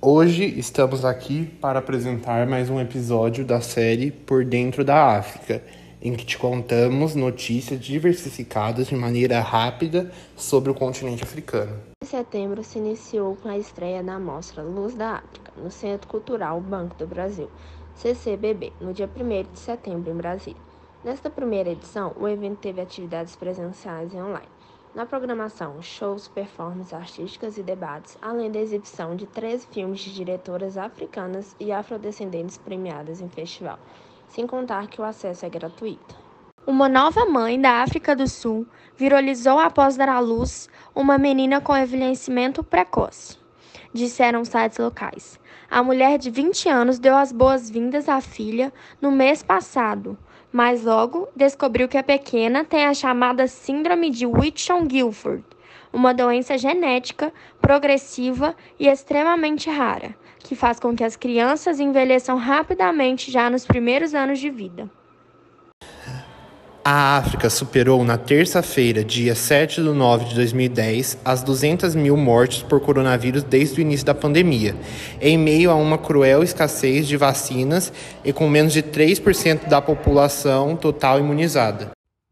Hoje estamos aqui para apresentar mais um episódio da série Por Dentro da África, em que te contamos notícias diversificadas de maneira rápida sobre o continente africano. Em setembro se iniciou com a estreia da mostra Luz da África, no Centro Cultural Banco do Brasil, CCBB, no dia 1º de setembro em Brasília. Nesta primeira edição, o evento teve atividades presenciais e online. Na programação, shows, performances artísticas e debates, além da exibição de 13 filmes de diretoras africanas e afrodescendentes premiadas em festival, sem contar que o acesso é gratuito. Uma nova mãe da África do Sul viralizou após dar à luz uma menina com envelhecimento precoce, disseram sites locais. A mulher de 20 anos deu as boas-vindas à filha no mês passado, mas logo descobriu que a pequena tem a chamada Síndrome de Whitson-Gilford, uma doença genética, progressiva e extremamente rara, que faz com que as crianças envelheçam rapidamente já nos primeiros anos de vida. A África superou na terça-feira, dia 7/9 de 2010, as 200 mil mortes por coronavírus desde o início da pandemia, em meio a uma cruel escassez de vacinas e com menos de 3% da população total imunizada.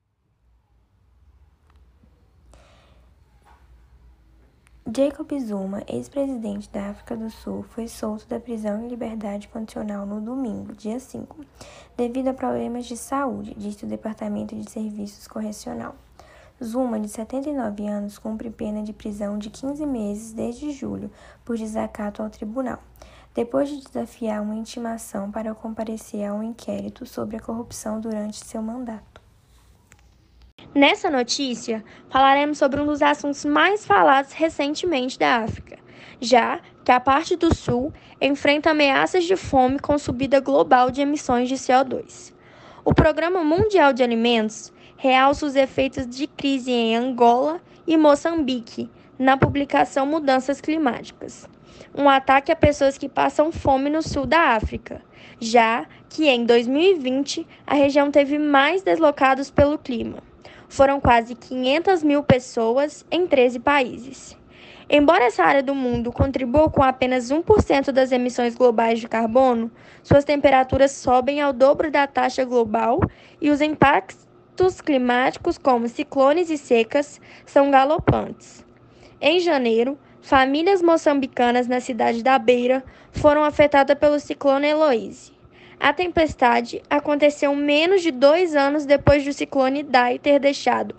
Jacob Zuma, ex-presidente da África do Sul, foi solto da prisão em liberdade condicional no domingo, dia 5, devido a problemas de saúde, disse o Departamento de Serviços Correcional. Zuma, de 79 anos, cumpre pena de prisão de 15 meses desde julho por desacato ao tribunal, depois de desafiar uma intimação para comparecer a um inquérito sobre a corrupção durante seu mandato. Nessa notícia, falaremos sobre um dos assuntos mais falados recentemente da África, já que a parte do Sul enfrenta ameaças de fome com subida global de emissões de CO2. O Programa Mundial de Alimentos realça os efeitos de crise em Angola e Moçambique na publicação Mudanças Climáticas, um ataque a pessoas que passam fome no sul da África, já que em 2020 a região teve mais deslocados pelo clima. Foram quase 500 mil pessoas em 13 países. Embora essa área do mundo contribua com apenas 1% das emissões globais de carbono, suas temperaturas sobem ao dobro da taxa global e os impactos climáticos, como ciclones e secas, são galopantes. Em janeiro, famílias moçambicanas na cidade da Beira foram afetadas pelo ciclone Eloise. A tempestade aconteceu menos de 2 anos depois do ciclone Idai ter deixado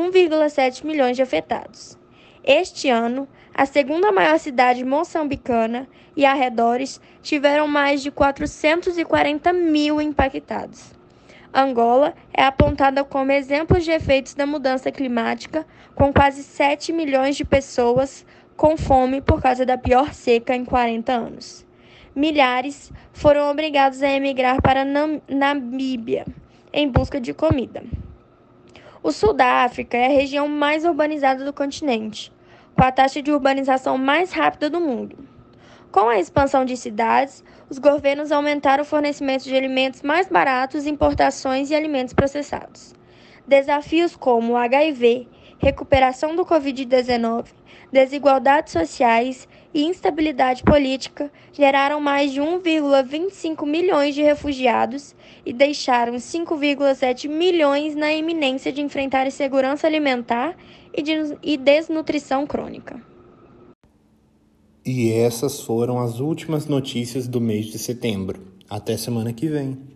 1,7 milhões de afetados. Este ano, a segunda maior cidade moçambicana e arredores tiveram mais de 440 mil impactados. Angola é apontada como exemplo de efeitos da mudança climática, com quase 7 milhões de pessoas com fome por causa da pior seca em 40 anos. Milhares foram obrigados a emigrar para Namíbia em busca de comida. O sul da África é a região mais urbanizada do continente, com a taxa de urbanização mais rápida do mundo. Com a expansão de cidades, os governos aumentaram o fornecimento de alimentos mais baratos, importações e alimentos processados. Desafios como o HIV, recuperação do Covid-19, desigualdades sociais e instabilidade política geraram mais de 1,25 milhões de refugiados e deixaram 5,7 milhões na iminência de enfrentar insegurança alimentar e desnutrição crônica. E essas foram as últimas notícias do mês de setembro. Até semana que vem.